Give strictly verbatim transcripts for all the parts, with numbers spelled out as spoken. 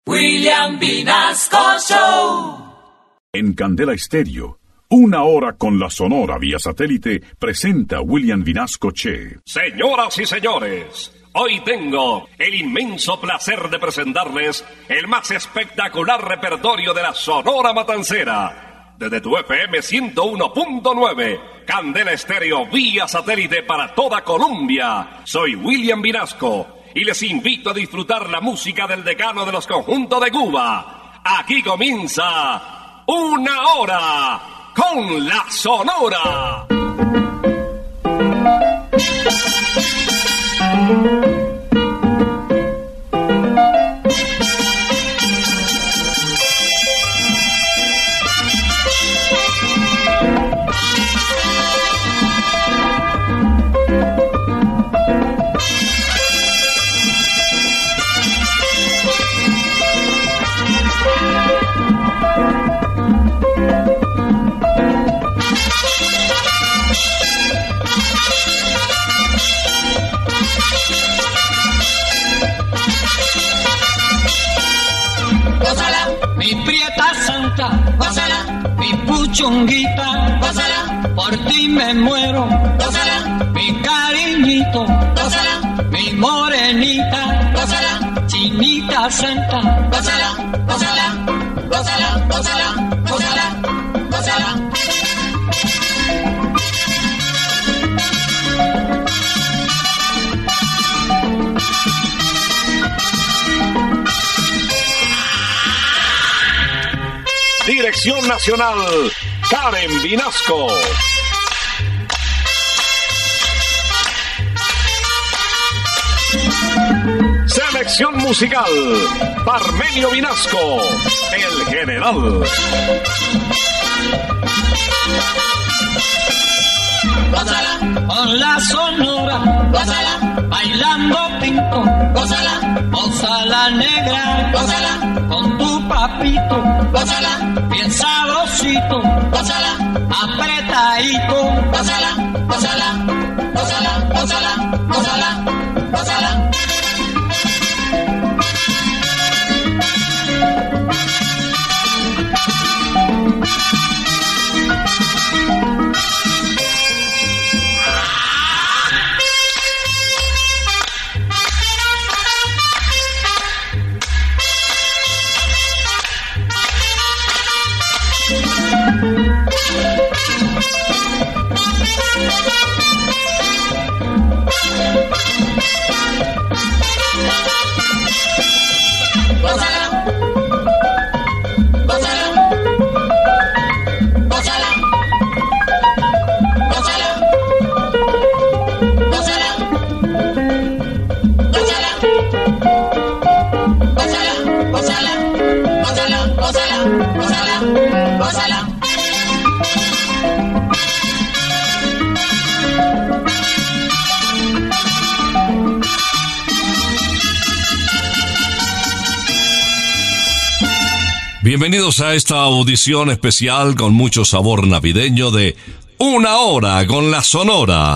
William Vinasco Show. En Candela Estéreo, una hora con la Sonora vía satélite, presenta William Vinasco Che. Señoras y señores, hoy tengo el inmenso placer de presentarles el más espectacular repertorio de la Sonora Matancera. Desde tu F M ciento uno punto nueve, Candela Estéreo vía satélite para toda Colombia. Soy William Vinasco y les invito a disfrutar la música del decano de los conjuntos de Cuba. Aquí comienza Una Hora con la Sonora. Mi prieta santa, gózala, mi puchunguita, gózala, por ti me muero, gózala, mi cariñito, gózala, mi morenita, gózala, chinita santa, gózala, gózala, gózala, gózala, gózala, gózala. Dirección Nacional, Karen Vinasco. Selección musical, Parmenio Vinasco, el general. Gózala, con la Sonora, gózala, bailando pinto, gózala, gózala negra, gózala, con tu papito, gózala, bien sabrosito, gózala, apretadito, gózala, gózala, gózala, gózala, gózala, gózala. Bienvenidos a esta audición especial con mucho sabor navideño de Una Hora con la Sonora.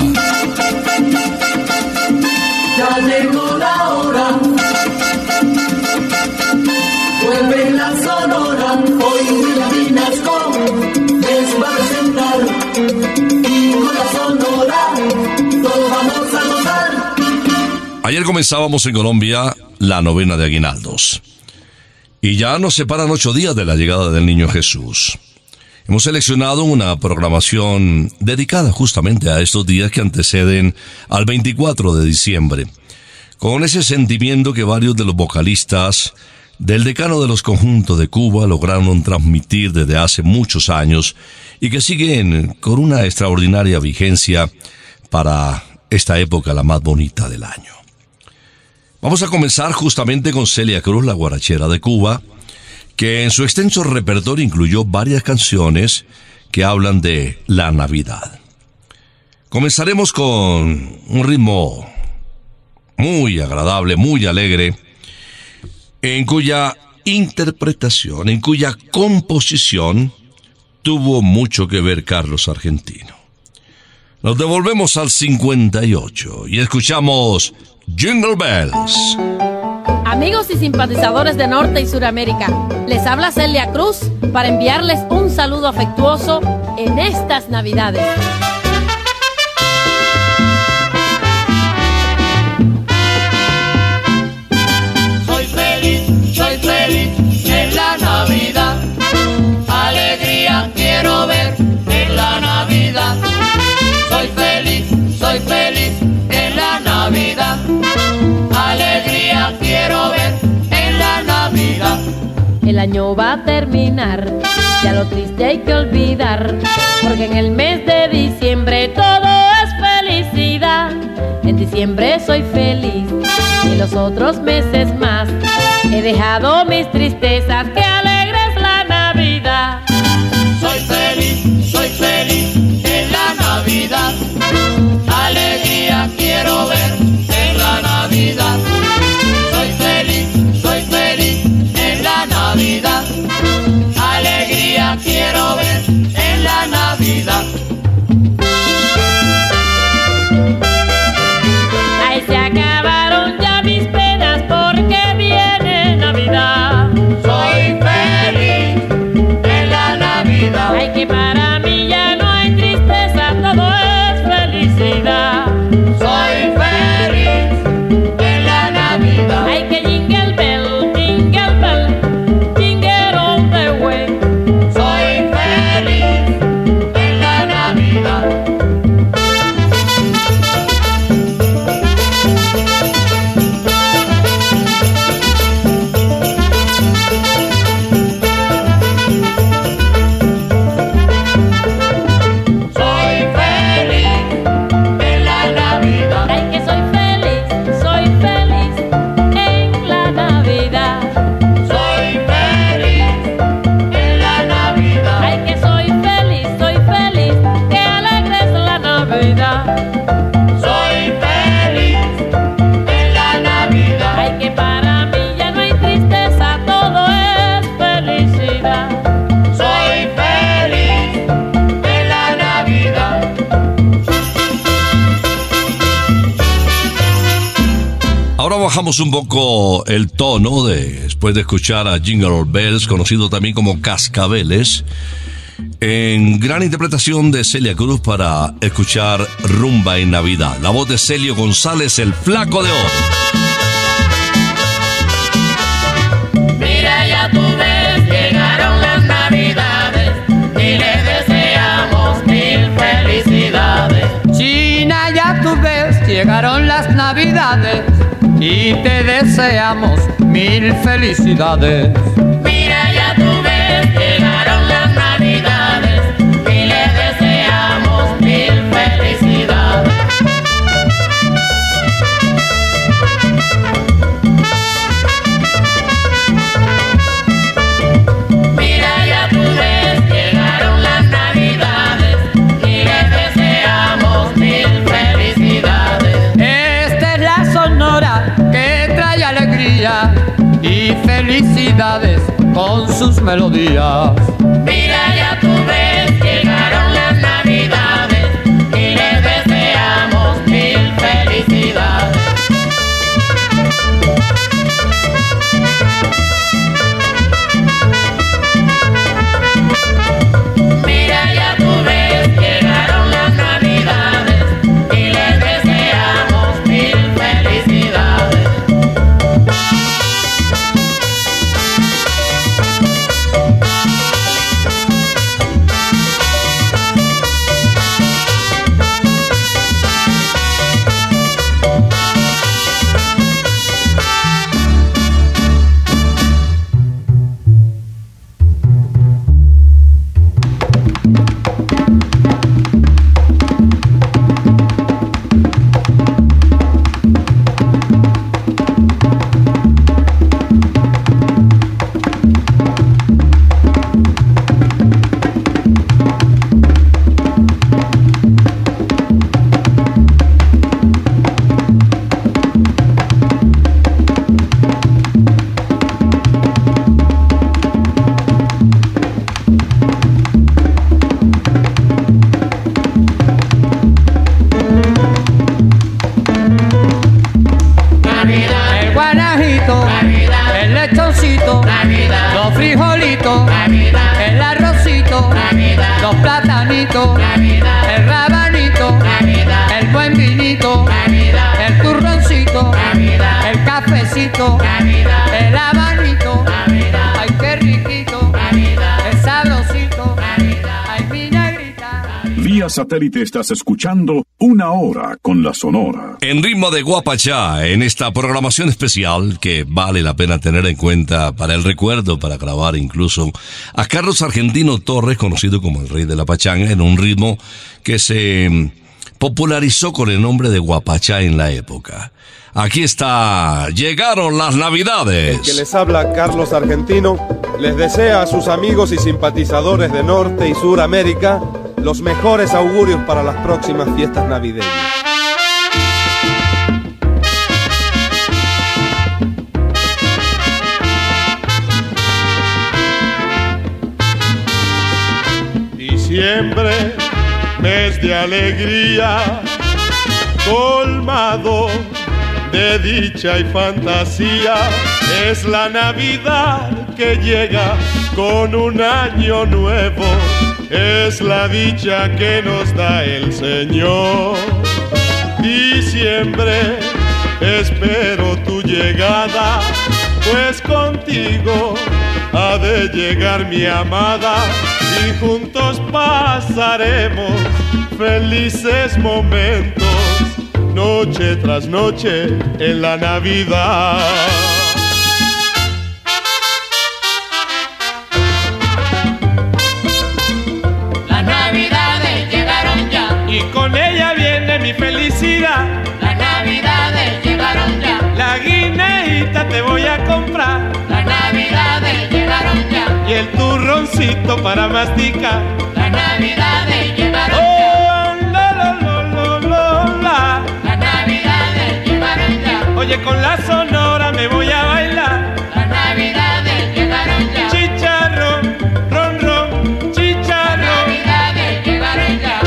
Ya llegó la hora. Vuelve la Sonora. Hoy William Vinasco les va a presentar. Y con la Sonora todos vamos a gozar. Ayer comenzábamos en Colombia la novena de aguinaldos. Y ya nos separan ocho días de la llegada del Niño Jesús. Hemos seleccionado una programación dedicada justamente a estos días que anteceden al veinticuatro de diciembre, con ese sentimiento que varios de los vocalistas del decano de los conjuntos de Cuba lograron transmitir desde hace muchos años y que siguen con una extraordinaria vigencia para esta época la más bonita del año. Vamos a comenzar justamente con Celia Cruz, la guarachera de Cuba, que en su extenso repertorio incluyó varias canciones que hablan de la Navidad. Comenzaremos con un ritmo muy agradable, muy alegre, en cuya interpretación, en cuya composición tuvo mucho que ver Carlos Argentino. Nos devolvemos al cincuenta y ocho y escuchamos Jingle Bells. Amigos y simpatizadores de Norte y Suramérica, les habla Celia Cruz para enviarles un saludo afectuoso en estas Navidades. Soy feliz, soy feliz en la Navidad. Alegría quiero ver en la Navidad. Soy feliz, soy feliz en la Navidad. Alegría quiero ver en la Navidad. El año va a terminar, ya lo triste hay que olvidar, porque en el mes de diciembre todo es felicidad. En diciembre soy feliz y los otros meses más he dejado mis tristezas, que alegre es la Navidad. Soy feliz, soy feliz en la Navidad. Alegría quiero ver en la Navidad. Soy feliz, soy feliz en la Navidad. Alegría quiero ver en la Navidad. Ay, se acabaron ya mis penas porque viene Navidad. Soy feliz en la Navidad. Ay, que para mí ya no hay tristeza, todo es felicidad. Soy feliz en la Navidad. Ay, que jingle bell, jingle bell, jingle all the way. Soy feliz en la Navidad. Soy feliz en la Navidad. Ay, que soy feliz, soy feliz en la Navidad. Soy feliz en la Navidad. Ay, que soy feliz, soy feliz, que alegre es la Navidad. Soy feliz en la Navidad. Ay, que para mí ya no hay tristeza, todo es felicidad. Soy feliz en la Navidad. Ahora bajamos un poco el tono de, después de escuchar a Jingle All Bells, conocido también como Cascabeles, en gran interpretación de Celia Cruz para escuchar Rumba en Navidad. La voz de Celio González, el Flaco de Oro. Mira, ya tú ves, llegaron las Navidades y le deseamos mil felicidades. China, ya tú ves, llegaron las Navidades y te deseamos mil felicidades. Mira, ya tú ves, llegaron las Navidades y le deseamos mil felicidades. Mira, ya tú ves, llegaron las Navidades y le deseamos mil felicidades. Esta es la Sonora que trae alegría y felicidades con sus melodías. Mira, ya tú ves, llegaron las Navidades y le deseamos mil felicidades. Mira, ya tú ves, llegaron las Navidades y le deseamos mil felicidades. frijolito, Navidad, el arrocito, Navidad, los platanitos, Navidad, el rabanito, Navidad, el buen vinito, Navidad, el turroncito, Navidad, el cafecito, Navidad, el abanito, Navidad, ay qué riquito, Navidad, el sabrosito, Navidad. ay mi negrita. Vía satélite estás escuchando Una Hora con la Sonora. En ritmo de Guapachá, en esta programación especial que vale la pena tener en cuenta para el recuerdo, para grabar incluso a Carlos Argentino Torres, conocido como el Rey de la Pachanga, en un ritmo que se popularizó con el nombre de Guapachá en la época. Aquí está, llegaron las Navidades. El que les habla, Carlos Argentino, les desea a sus amigos y simpatizadores de Norte y Sur América los mejores augurios para las próximas fiestas navideñas. Diciembre, mes de alegría, colmado de dicha y fantasía, es la Navidad que llega con un año nuevo, es la dicha que nos da el Señor. Diciembre, espero tu llegada, pues contigo ha de llegar mi amada y juntos pasaremos felices momentos, noche tras noche en la Navidad. Las Navidades llegaron ya, Y con ella viene mi felicidad. las Navidades llegaron ya, La guineíta te voy a comprar las Navidades llegaron ya, y el turroncito para masticar. las Navidades llegaron ya, Oh, la, la, la, la, la, la. las Navidades llegaron ya, Oye, con la Sonora me voy a bailar. las Navidades llegaron ya, Chicharrón, ron, ron, chicharrón. Navidades llegaron ya.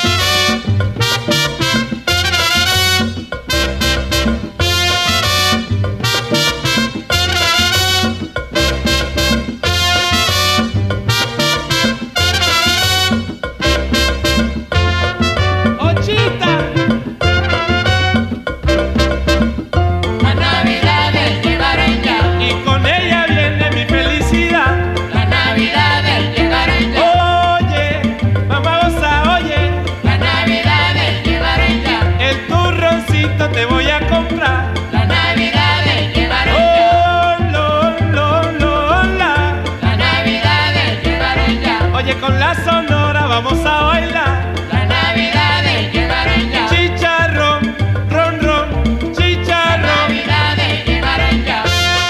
Ochita. Las Navidades llegaron ya, Y con ella viene mi felicidad. las Navidades llegaron ya, Oye, mamá goza, oye, las Navidades llegaron ya, el turroncito te voy a comprar. las Navidades llegaron ya, Oh, lo, lo, lo, la. las Navidades llegaron ya, Oye, con la Sonora vamos a bailar. las Navidades llegaron ya, Chicharrón, ron, ron, chicharrón. Navidades llegaron ya.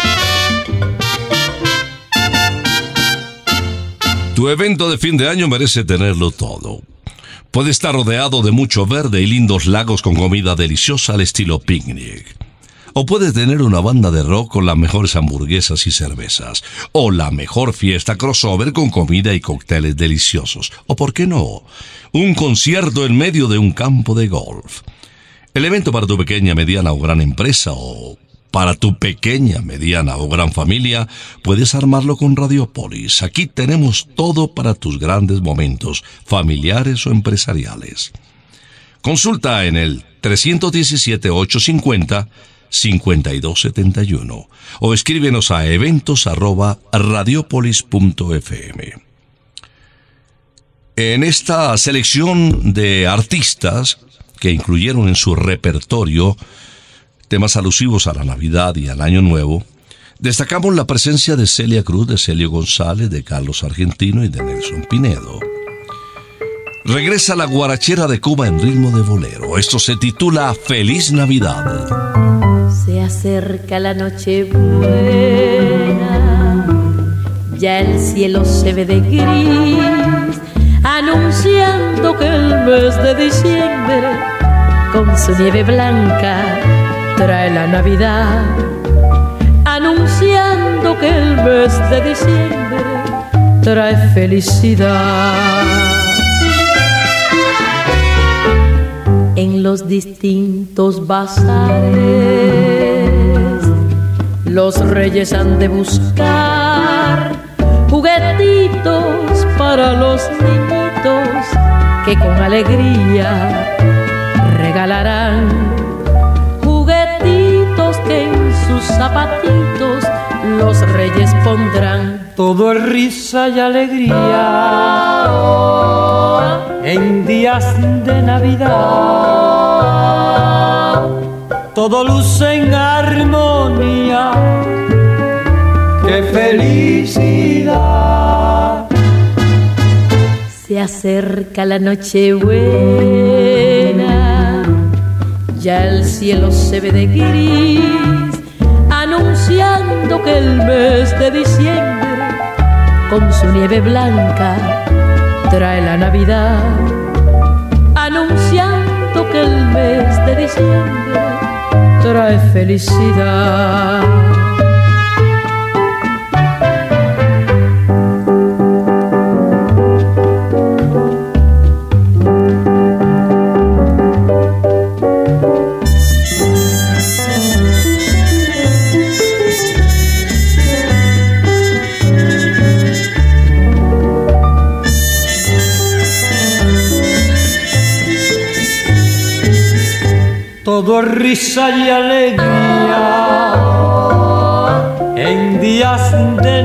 Tu evento de fin de año merece tenerlo todo. Puede estar rodeado de mucho verde y lindos lagos con comida deliciosa al estilo picnic. O puede tener una banda de rock con las mejores hamburguesas y cervezas. O la mejor fiesta crossover con comida y cócteles deliciosos. O, ¿por qué no?, un concierto en medio de un campo de golf. El evento para tu pequeña, mediana o gran empresa, o para tu pequeña, mediana o gran familia, puedes armarlo con Radiopolis. Aquí tenemos todo para tus grandes momentos, familiares o empresariales. Consulta en el tres uno siete, ocho cinco cero, cinco dos siete uno o escríbenos a eventos arroba radiopolis punto f m. En esta selección de artistas que incluyeron en su repertorio temas alusivos a la Navidad y al Año Nuevo, destacamos la presencia de Celia Cruz, de Celio González, de Carlos Argentino y de Nelson Pinedo. Regresa la guarachera de Cuba en ritmo de bolero. Esto se titula Feliz Navidad. Se acerca la noche buena, ya el cielo se ve de gris, anunciando que el mes de diciembre con su nieve blanca trae la Navidad, anunciando que el mes de diciembre trae felicidad. En los distintos bazares los reyes han de buscar para los niñitos que con alegría regalarán juguetitos que en sus zapatitos los reyes pondrán. Todo es risa y alegría en días de Navidad. Todo luce en armonía. ¡Qué felicidad! Se acerca la Nochebuena, ya el cielo se ve de gris, anunciando que el mes de diciembre con su nieve blanca trae la Navidad, anunciando que el mes de diciembre trae felicidad. Todo es risa y alegría en días de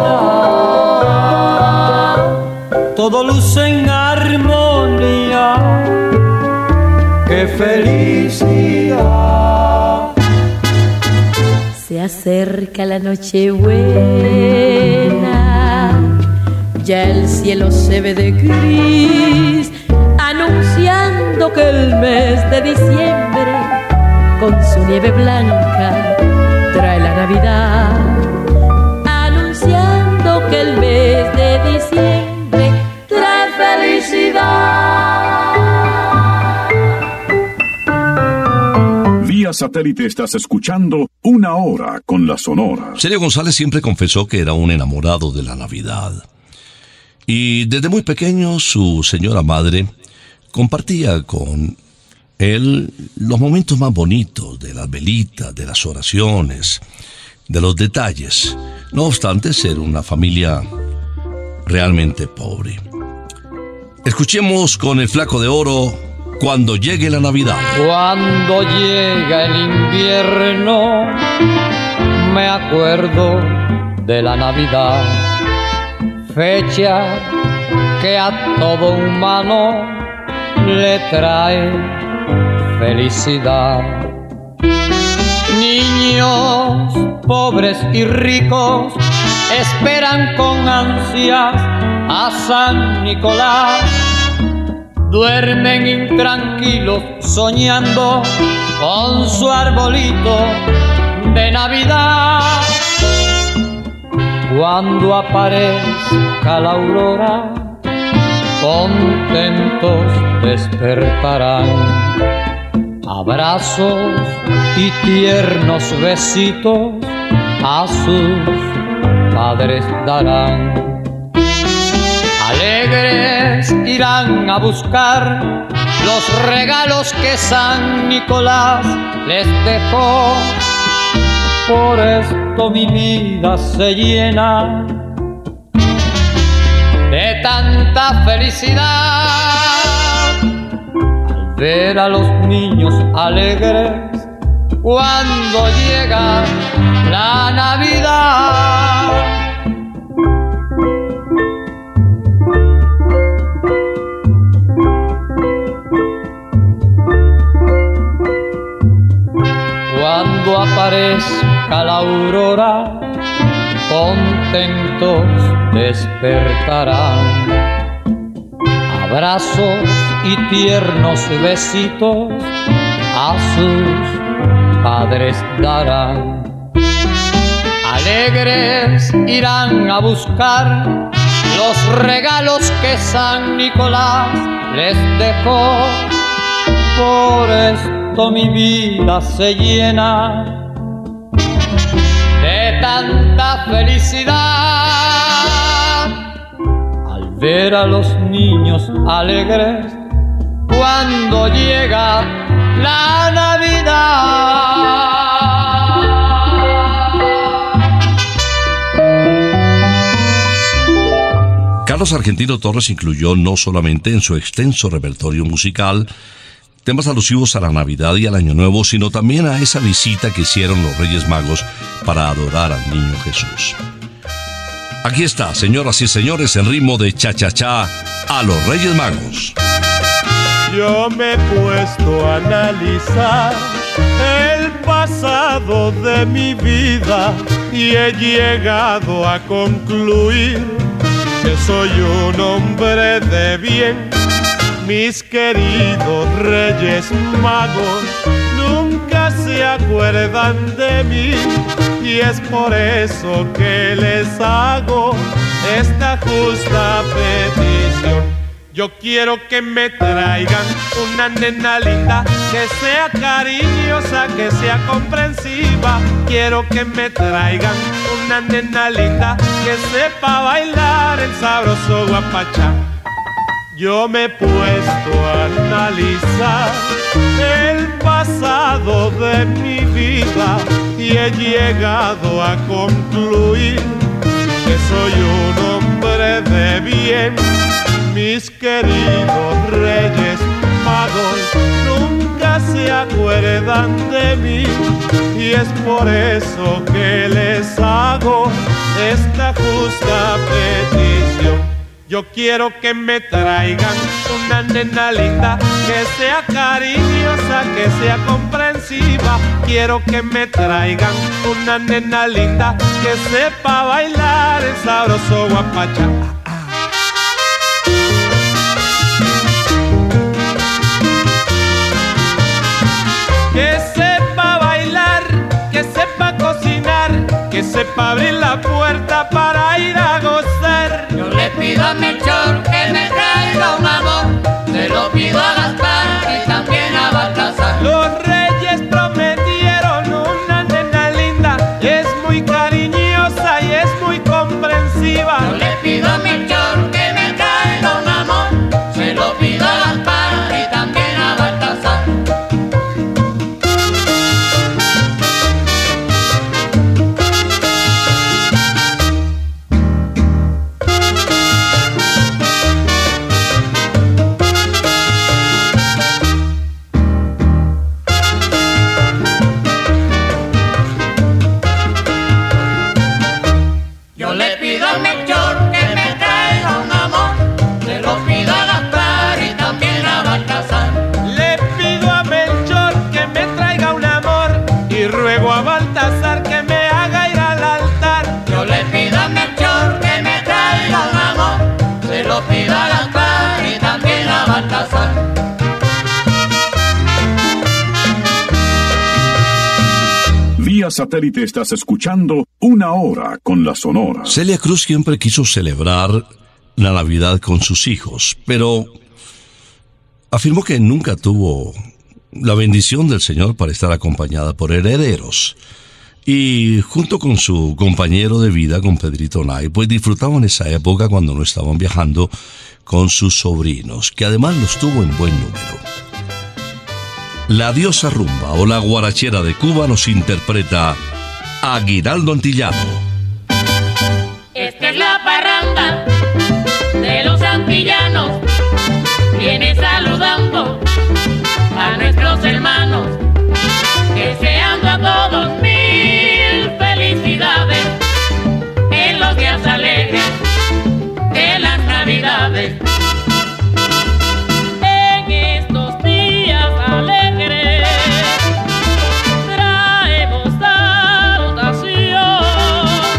Navidad. Todo luce en armonía. ¡Qué felicidad! Se acerca la Nochebuena, ya el cielo se ve de gris, anunciando que el mes de diciembre con su nieve blanca trae la Navidad, anunciando que el mes de diciembre trae felicidad. Vía satélite estás escuchando Una Hora con la Sonora. Sergio González siempre confesó que era un enamorado de la Navidad. Y desde muy pequeño su señora madre compartía con él los momentos más bonitos de las velitas, de las oraciones, de los detalles. No obstante ser una familia realmente pobre. Escuchemos con el Flaco de Oro Cuando llegue la Navidad. Cuando llega el invierno, me acuerdo de la Navidad, fecha que a todo humano le trae felicidad. Niños pobres y ricos esperan con ansias a San Nicolás. Duermen intranquilos soñando con su arbolito de Navidad. Cuando aparezca la aurora, contentos despertarán. Abrazos y tiernos besitos a sus padres darán. Alegres irán a buscar los regalos que San Nicolás les dejó. Por esto mi vida se llena de tanta felicidad al ver a los niños alegres cuando llega la Navidad. Cuando aparezca la aurora, contentos despertarán. Abrazos y tiernos besitos a sus padres darán. Alegres irán a buscar los regalos que San Nicolás les dejó. Por esto mi vida se llena de tanta felicidad al ver a los niños alegres cuando llega la Navidad. Carlos Argentino Torres incluyó no solamente en su extenso repertorio musical temas alusivos a la Navidad y al Año Nuevo, sino también a esa visita que hicieron los Reyes Magos para adorar al Niño Jesús. Aquí está, señoras y señores, en ritmo de cha-cha-cha a los Reyes Magos. Yo me he puesto a analizar el pasado de mi vida y he llegado a concluir que soy un hombre de bien. Mis queridos Reyes Magos nunca se acuerdan de mí y es por eso que les hago esta justa petición. Yo quiero que me traigan una nena linda, que sea cariñosa, que sea comprensiva. Quiero que me traigan una nena linda, que sepa bailar el sabroso guapachá. Yo me he puesto a analizar el pasado de mi vida y he llegado a concluir que soy un hombre de bien. Mis queridos Reyes Magos nunca se acuerdan de mí y es por eso que les hago esta justa petición. Yo quiero que me traigan una nena linda, que sea cariñosa, que sea comprensiva. Quiero que me traigan una nena linda, que sepa bailar el sabroso guapachá. Que sepa bailar, que sepa cocinar, que sepa abrir la puerta para ir a gozar. Yo le pido a Melchor que me traiga un amor, se lo pido a Gaspar y también a Baltasar. Los reyes prometieron una nena linda, es muy cariñosa y es muy comprensiva. Yo le pido a Melchor que me traiga un amor, se lo pido a Gaspar y también a Baltasar. Vía satélite estás escuchando Una Hora con la Sonora. Celia Cruz siempre quiso celebrar la Navidad con sus hijos, pero afirmó que nunca tuvo la bendición del Señor para estar acompañada por herederos. Y junto con su compañero de vida, con Pedrito Nay, pues disfrutaban esa época cuando no estaban viajando con sus sobrinos, que además los tuvo en buen número. La diosa rumba o la guarachera de Cuba nos interpreta Aguinaldo Antillano. Esta es la parranda de los antillanos, viene saludando a nuestros hermanos, deseando a todos mil felicidades en los días alegres de las Navidades. En estos días alegres traemos salutación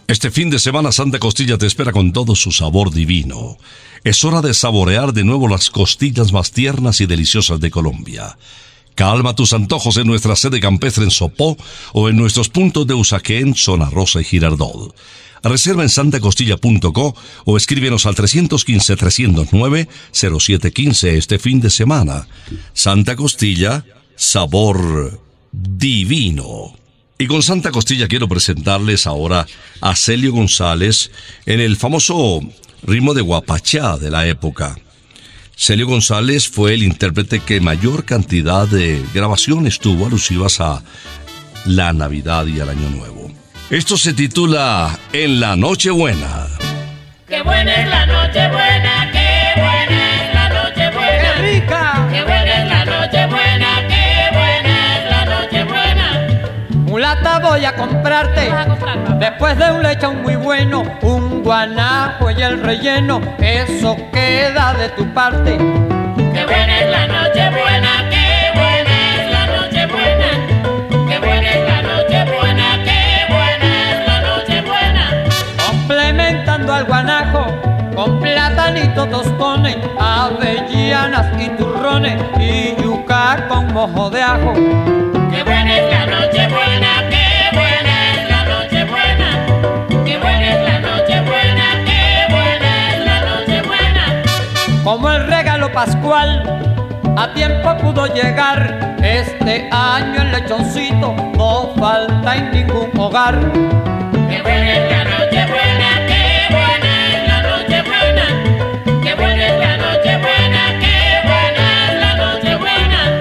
Este fin de semana Santa Costilla te espera con todo su sabor divino. Es hora de saborear de nuevo las costillas más tiernas y deliciosas de Colombia. Calma tus antojos en nuestra sede campestre en Sopó o en nuestros puntos de Usaquén, Zona Rosa y Girardot. Reserva en santa costilla punto co o escríbenos al tres uno cinco, tres cero nueve, cero siete uno cinco este fin de semana. Santa Costilla, sabor divino. Y con Santa Costilla quiero presentarles ahora a Celio González en el famoso ritmo de guapachá de la época. Celio González fue el intérprete que mayor cantidad de grabaciones tuvo alusivas a la Navidad y al Año Nuevo. Esto se titula En la Nochebuena. Qué buena es la Nochebuena, qué buena es la Nochebuena. ¡Qué rica! Qué buena es la Nochebuena, qué buena es la Nochebuena. Mulata, voy a comprarte, después de un lechón muy bueno, un guanajo y el relleno, eso queda de tu parte. Qué buena es la Nochebuena, qué buena es la Nochebuena. Qué buena es la Nochebuena, qué buena es la Nochebuena. Complementando al guanajo con platanito tostones, avellanas y turrones y yuca con mojo de ajo. Qué buena es la Nochebuena, qué buena es la Nochebuena. Qué buena es la Nochebuena, qué buena es la Nochebuena. Como el regalo pascual a tiempo pudo llegar, este año el lechoncito no falta en ningún hogar. Qué buena es la Nochebuena, qué buena es la Nochebuena. Qué buena es la Nochebuena, qué buena es la Nochebuena.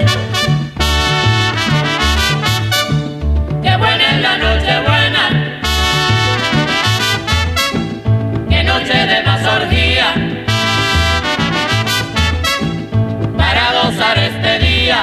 Qué buena es la Nochebuena. Qué noche de más orgía para gozar este día.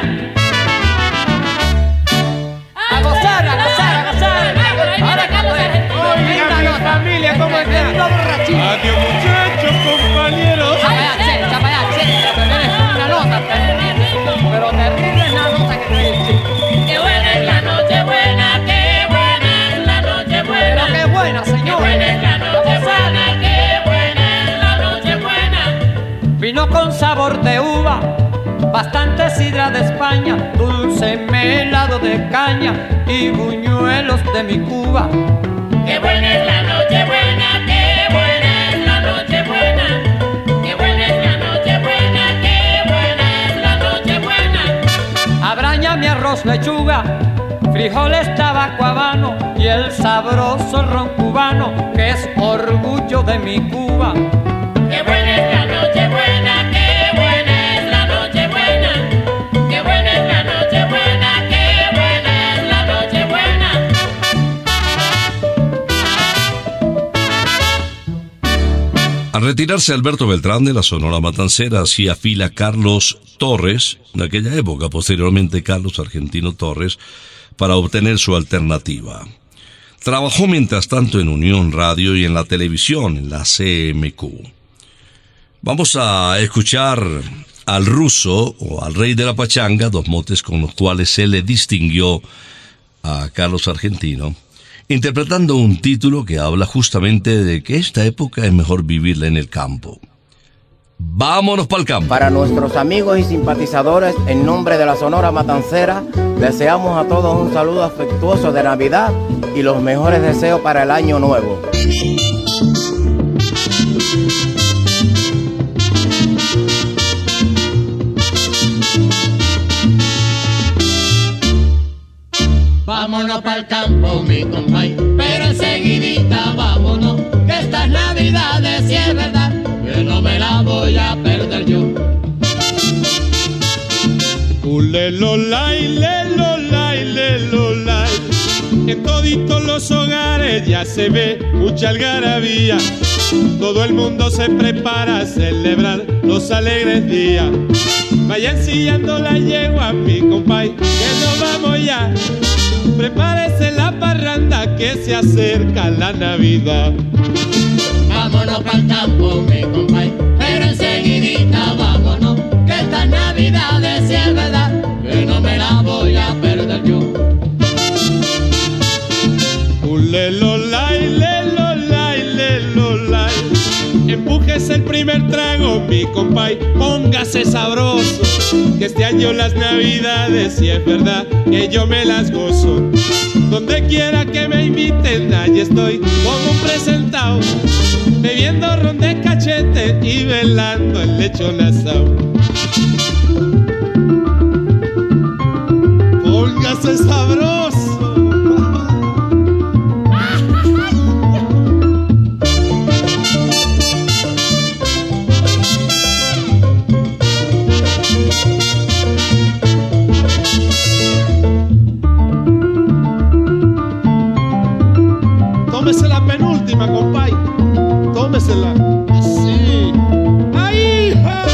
A gozar, a gozar, a gozar. Ahora que Oiga, mi familia, ¿cómo están? Adiós, muchachos, compañeros. Chapayá, chapayá, tienes una nota terrible, pero terrible es la nota que trae el chico. Qué buena es la Nochebuena, qué buena es la Nochebuena. Pero qué buena, Qué señor. buena es la Nochebuena, qué buena es la Nochebuena. Vino con sabor de uva, bastante sidra de España, dulce melado de caña y buñuelos de mi Cuba. Qué buena es la Nochebuena, qué buena es la Nochebuena. Qué buena es la Nochebuena, qué buena es la Nochebuena. Abraña mi arroz, lechuga, frijoles, tabaco habano y el sabroso ron cubano que es orgullo de mi Cuba. Qué buena es la Nochebuena, qué buena es la Nochebuena. Qué buena es la Nochebuena, qué buena es la Nochebuena. Al retirarse Alberto Beltrán de la Sonora Matancera, hacía fila Carlos Torres, en aquella época, posteriormente Carlos Argentino Torres, para obtener su alternativa. Trabajó mientras tanto en Unión Radio y en la televisión, en la C M Q. Vamos a escuchar al ruso o al rey de la pachanga, dos motes con los cuales se le distinguió a Carlos Argentino, interpretando un título que habla justamente de que esta época es mejor vivirla en el campo. ¡Vámonos para el campo! Para nuestros amigos y simpatizadores, en nombre de la Sonora Matancera, deseamos a todos un saludo afectuoso de Navidad y los mejores deseos para el Año Nuevo. Vámonos pa'l campo, mi compay, pero enseguidita vámonos, que estas navidades si es verdad, que no me la voy a perder yo. Ulelolay, lelolay, lelolay. En toditos los hogares ya se ve mucha algarabía. Todo el mundo se prepara a celebrar los alegres días. Vayan sillando la yegua, mi compay, que nos vamos ya. Prepárese la parranda que se acerca la Navidad. Vámonos pa'l campo, mi compay, pero enseguidita vámonos, que estas navidades si es verdad, que no me la voy a perder yo. Ulelolay, lelolay. el trago, mi compay, póngase sabroso, que este año las navidades, si es verdad, que yo me las gozo. Donde quiera que me inviten, allí estoy como un presentado, bebiendo ron de cachete y velando el lechón asado. Póngase sabroso. Tómese la penúltima, compay. Tómesela. Así. ¡Ahí! Ja.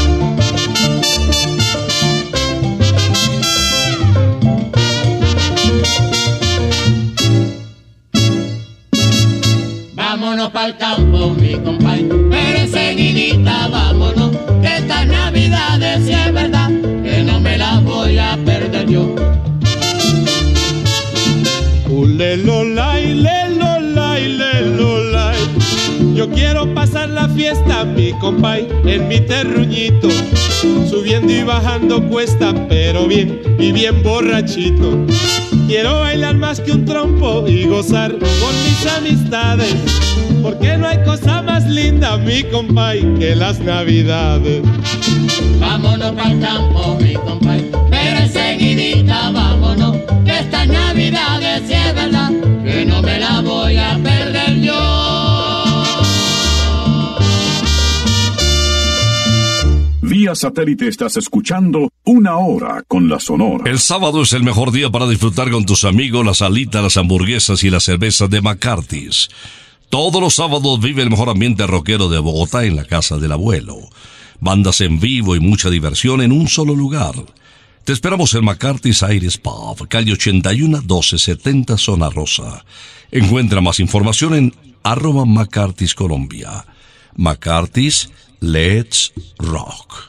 Vámonos pa'l campo, mi compay, pero enseguidita vámonos, que estas navidades si es verdad, que no me las voy a perder yo. Ulelolay, lelolay, lelolay. Yo quiero pasar la fiesta, mi compay, en mi terruñito, subiendo y bajando cuesta, pero bien y bien borrachito. Quiero bailar más que un trompo y gozar con mis amistades, porque no hay cosa más linda, mi compay, que las navidades. Vámonos pa'l campo, mi compay, pero enseguidita vámonos, que estas navidades si es verdad, que no me la voy a perder yo. Vía satélite estás escuchando Una Hora con la Sonora. El sábado es el mejor día para disfrutar con tus amigos las alitas, las hamburguesas y las cervezas de McCarthy's. Todos los sábados vive el mejor ambiente rockero de Bogotá en la casa del abuelo. Bandas en vivo y mucha diversión en un solo lugar. Te esperamos en McCarthy's Aires Pub, calle ochenta y uno, doce setenta, Zona Rosa. Encuentra más información en arroba McCarthy's Colombia. McCarthy's Let's Rock.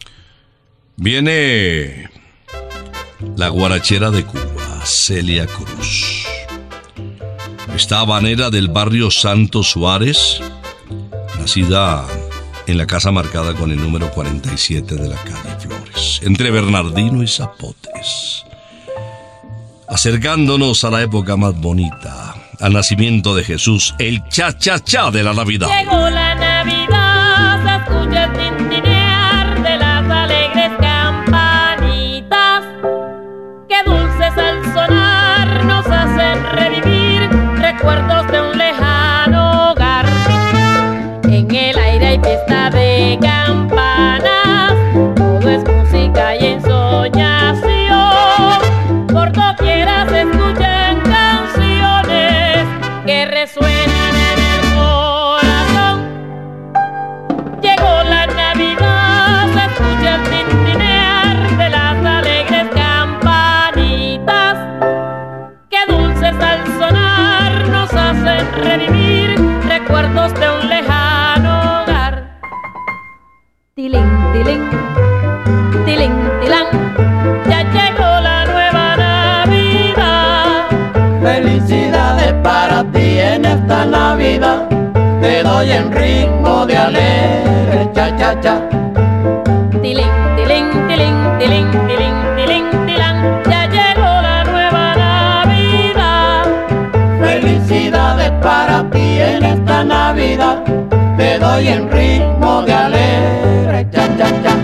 Viene la guarachera de Cuba, Celia Cruz. Esta habanera del barrio Santo Suárez, nacida en la casa marcada con el número cuarenta y siete de la calle Flores, entre Bernardino y Zapotes. Acercándonos a la época más bonita, al nacimiento de Jesús, el cha-cha-cha de la Navidad. Llegó la Navidad, se escucha el tintinear de las alegres campanitas, que dulces al sonar nos hacen revivir recuerdos de un lejano hogar. En el aire hay fiesta de campanas, todo es música y ensoñación. Por doquiera se escuchan canciones que resuenan en el corazón. Llegó la Navidad, se escucha el tintinear de las alegres campanitas, que dulces al sonar nos hacen revivir recuerdos de un lejano hogar. Tilín, tilín, tilín, tilán, ya llegó la nueva Navidad. Felicidades para ti en esta Navidad, te doy en ritmo de alegre cha-cha-cha. Tilín, tilín, tilín, tilín, tilín, tilín, tilán, ya llegó la nueva Navidad. Felicidades para ti en esta Navidad, te doy en ritmo de alegre cha-cha-cha.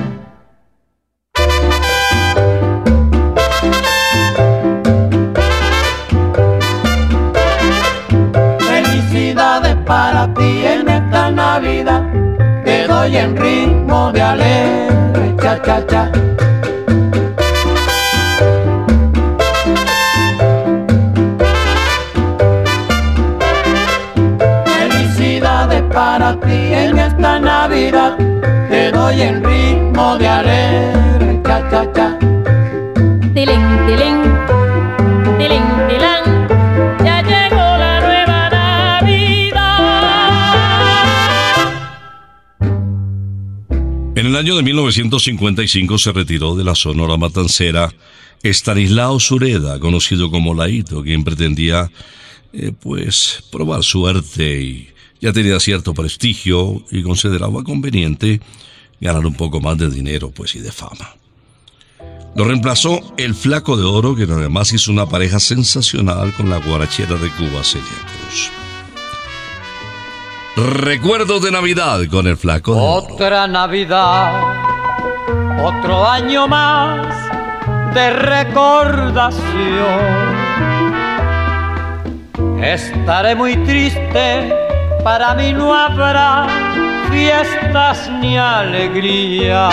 Felicidades para ti en esta Navidad, te doy en ritmo de alegre cha-cha-cha. Felicidades para ti en esta Navidad, te doy en ritmo de alegre cha-cha-cha. Tilín, tilín, tilín, tilán, ya llegó la nueva Navidad. En el año de mil novecientos cincuenta y cinco se retiró de la Sonora Matancera Estanislao Sureda, conocido como Laito, quien pretendía eh, pues probar suerte y ya tenía cierto prestigio y consideraba conveniente ganar un poco más de dinero, pues, y de fama. Lo reemplazó el Flaco de Oro, que además hizo una pareja sensacional con la guarachera de Cuba, Celia Cruz. Recuerdos de Navidad con el Flaco de Oro. Otra Navidad, otro año más de recordación. Estaré muy triste, para mí no habrá fiestas ni alegría.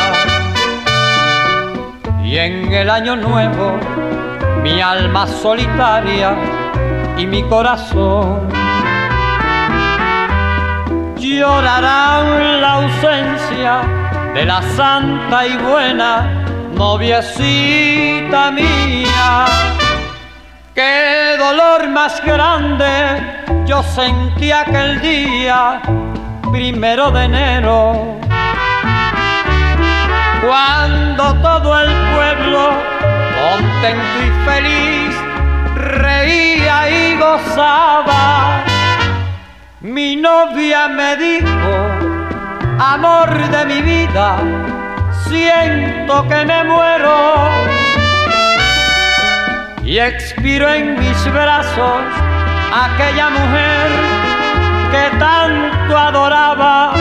Y en el año nuevo, mi alma solitaria y mi corazón llorarán la ausencia de la santa y buena noviecita mía. Qué dolor más grande yo sentí aquel día, primero de enero, cuando todo el pueblo, contento y feliz, reía y gozaba. Mi novia me dijo: amor de mi vida, siento que me muero. Y expiró en mis brazos aquella mujer que tanto adoraba.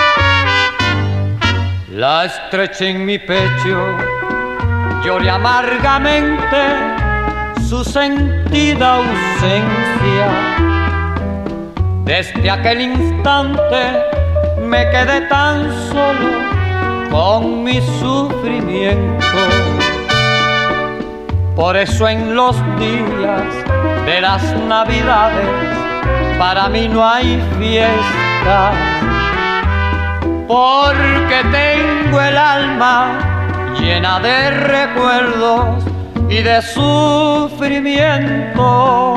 La estreché en mi pecho, lloré amargamente su sentida ausencia. Desde aquel instante me quedé tan solo con mi sufrimiento. Por eso en los días de las Navidades para mí no hay fiestas, porque tengo el alma llena de recuerdos y de sufrimientos.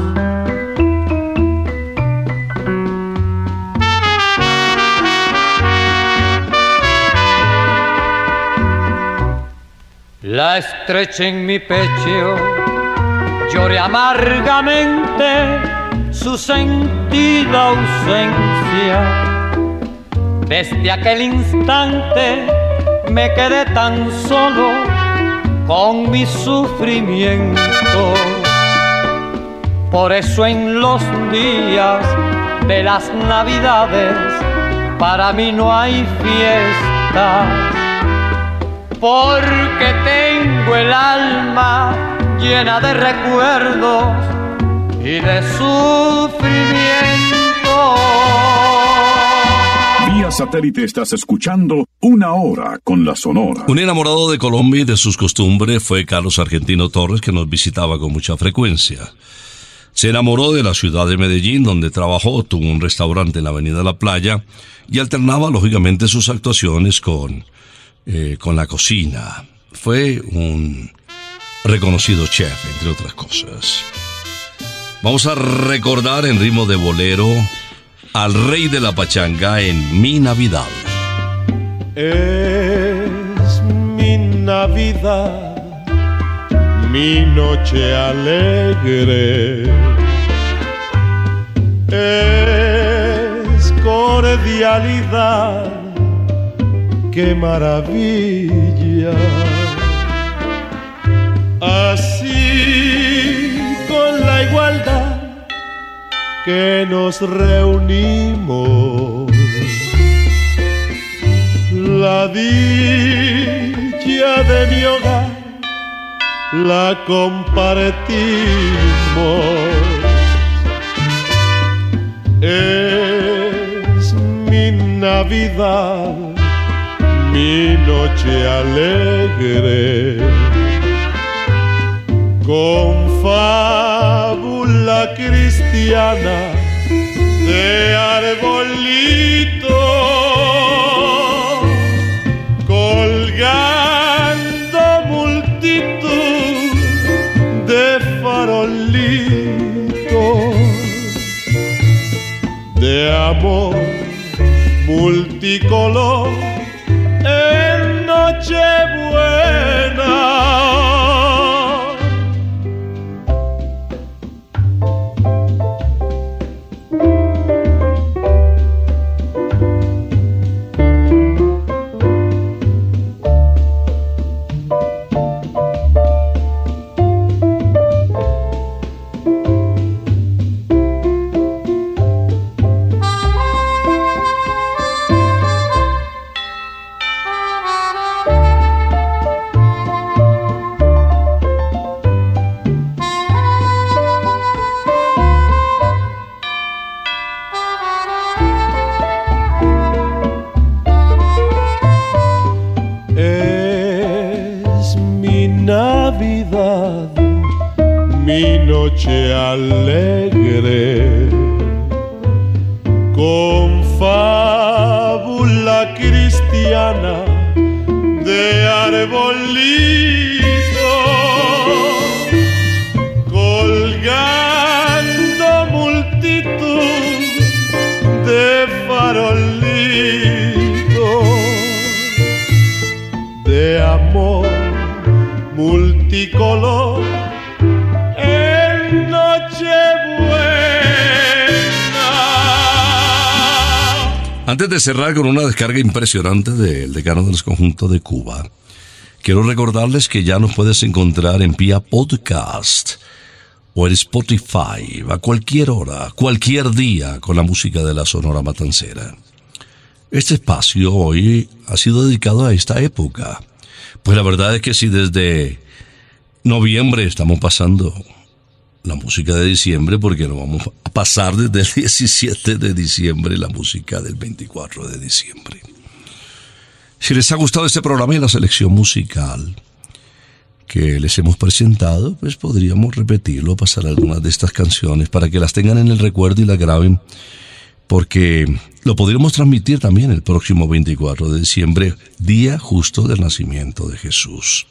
La estreché en mi pecho, lloré amargamente su sentida ausencia. Desde aquel instante me quedé tan solo con mi sufrimiento. Por eso en los días de las Navidades para mí no hay fiestas, porque tengo el alma llena de recuerdos y de sufrimiento. Vía satélite estás escuchando Una Hora con la Sonora. Un enamorado de Colombia y de sus costumbres fue Carlos Argentino Torres, que nos visitaba con mucha frecuencia. Se enamoró de la ciudad de Medellín, donde trabajó, tuvo un restaurante en la avenida La Playa y alternaba lógicamente sus actuaciones con... Eh, con la cocina. Fue un reconocido chef, entre otras cosas. Vamos a recordar en ritmo de bolero al rey de la pachanga en Mi Navidad. Es mi Navidad, mi noche alegre, es cordialidad, qué maravilla. Así con la igualdad que nos reunimos, la dicha de mi hogar la compartimos. Es mi Navidad, mi noche alegre, con fábula cristiana de arbolito, colgando multitud de farolitos, de amor multicolor en Nochebuena. mi noche alegre, con fábula cristiana de arbolito, colgando multitud de farolito, de amor multicolor en Nochebuena. Antes de cerrar con una descarga impresionante del decano de los conjuntos de Cuba, quiero recordarles que ya nos puedes encontrar en Vía Podcast o en Spotify a cualquier hora, cualquier día, con la música de la Sonora Matancera. Este espacio hoy ha sido dedicado a esta época, pues la verdad es que si desde noviembre estamos pasando la música de diciembre, porque no vamos a pasar desde el diecisiete de diciembre la música del veinticuatro de diciembre. Si les ha gustado este programa y la selección musical que les hemos presentado, pues podríamos repetirlo, pasar algunas de estas canciones para que las tengan en el recuerdo y las graben, porque lo podríamos transmitir también el próximo veinticuatro de diciembre, día justo del nacimiento de Jesús.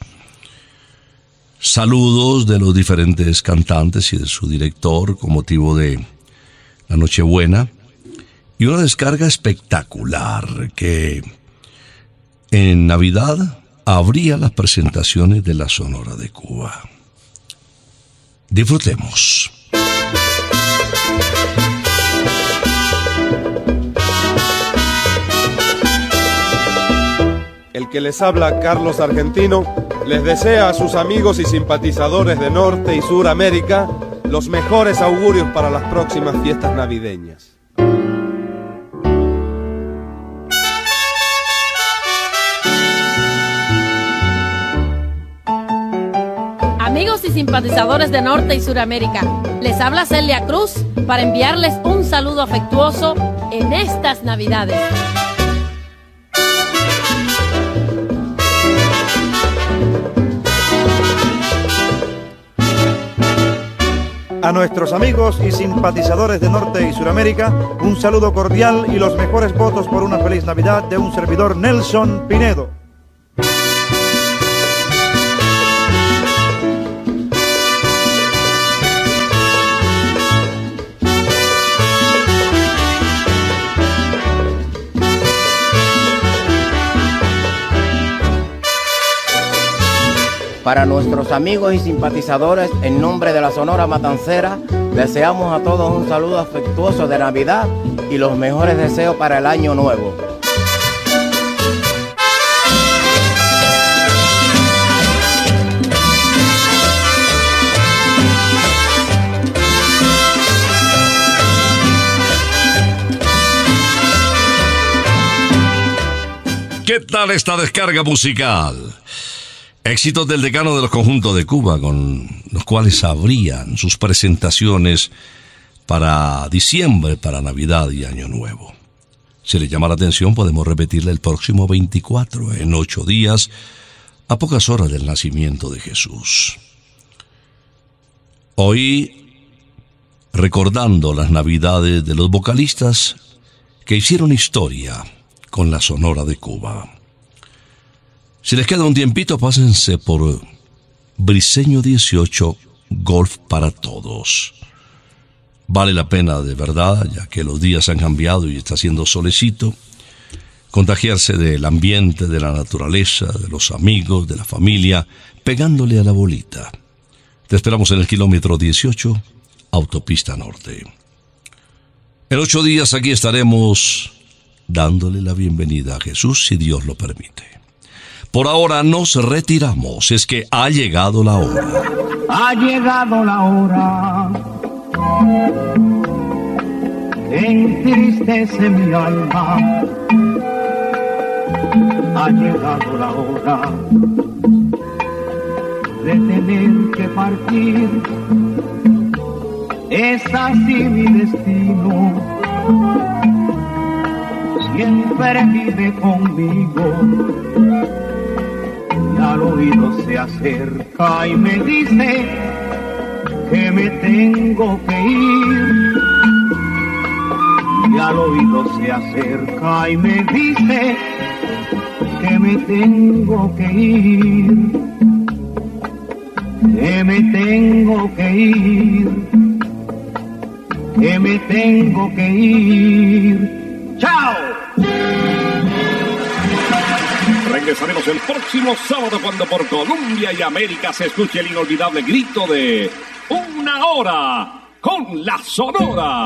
Saludos de los diferentes cantantes y de su director con motivo de la Nochebuena, y una descarga espectacular que en Navidad abría las presentaciones de la Sonora de Cuba. Disfrutemos. El que les habla, Carlos Argentino, les desea a sus amigos y simpatizadores de Norte y Sur América los mejores augurios para las próximas fiestas navideñas. Amigos y simpatizadores de Norte y Suramérica, les habla Celia Cruz para enviarles un saludo afectuoso en estas Navidades. A nuestros amigos y simpatizadores de Norte y Suramérica, un saludo cordial y los mejores votos por una feliz Navidad de un servidor, Nelson Pinedo. Para nuestros amigos y simpatizadores, en nombre de la Sonora Matancera, deseamos a todos un saludo afectuoso de Navidad y los mejores deseos para el año nuevo. ¿Qué tal esta descarga musical? Éxitos del decano de los conjuntos de Cuba, con los cuales abrían sus presentaciones para diciembre, para Navidad y Año Nuevo. Si le llama la atención, podemos repetirle el próximo veinticuatro, en ocho días, a pocas horas del nacimiento de Jesús. Hoy, recordando las Navidades de los vocalistas que hicieron historia con la Sonora de Cuba. Si les queda un tiempito, pásense por Briceño dieciocho, Golf para Todos. Vale la pena de verdad, ya que los días han cambiado y está haciendo solecito, contagiarse del ambiente, de la naturaleza, de los amigos, de la familia, pegándole a la bolita. Te esperamos en el kilómetro dieciocho, Autopista Norte. En ocho días aquí estaremos dándole la bienvenida a Jesús, si Dios lo permite. Por ahora nos retiramos, es que ha llegado la hora. Ha llegado la hora que entristece mi alma. Ha llegado la hora de tener que partir. Es así mi destino, siempre vive conmigo. Y al oído se acerca y me dice que me tengo que ir. Y al oído se acerca y me dice que me tengo que ir, que me tengo que ir, que me tengo que ir. ¡Chao! Regresaremos el próximo sábado cuando por Colombia y América se escuche el inolvidable grito de Una Hora con la Sonora.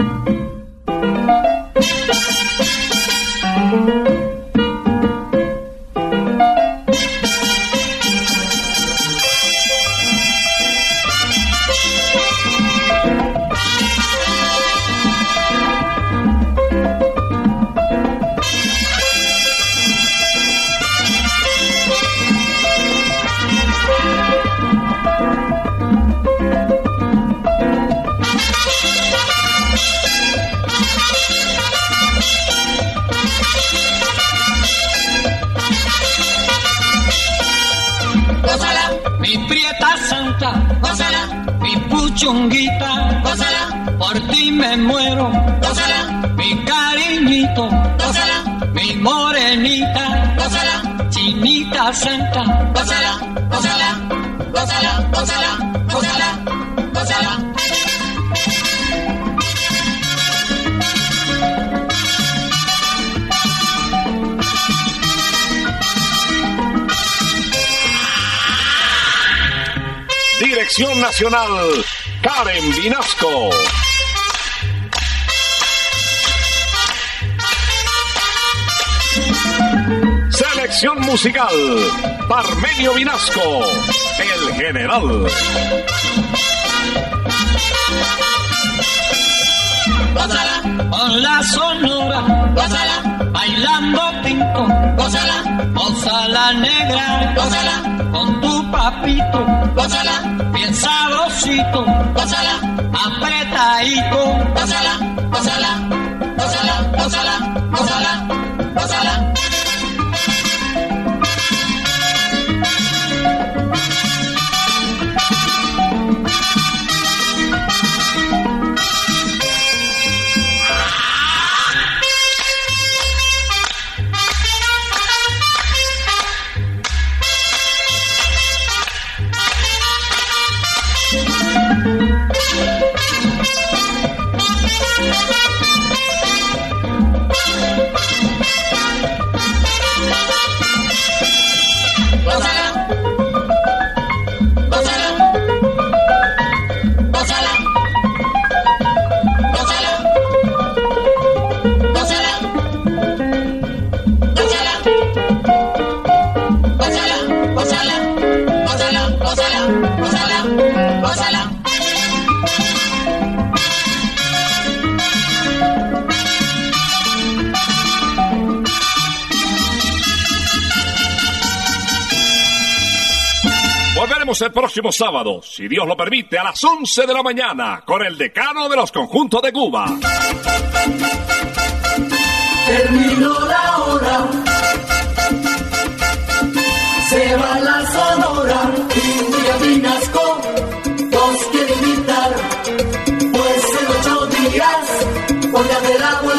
Mi prieta santa, gózala, mi puchunguita, gózala, por ti me muero, gózala, mi cariñito, gózala, mi morenita, gózala, chinita santa, gózala, gózala, gózala, gózala, gózala, gózala. Dirección Nacional, Karen Vinasco. Selección musical, Parmenio Vinasco, el general. Gózala, con la sonora, gózala, bailando tinto, gózala, gózala negra, gózala, con tu papito, gózala, bien sabrosito, gózala, apretadito, gózala, gózala, gózala, gózala, gózala, gózala. Volveremos el próximo sábado, si Dios lo permite, a las once de la mañana, con el decano de los conjuntos de Cuba. Terminó la hora, se va la Sonora y William Vinasco nos quiere invitar, pues en ocho días, por la de la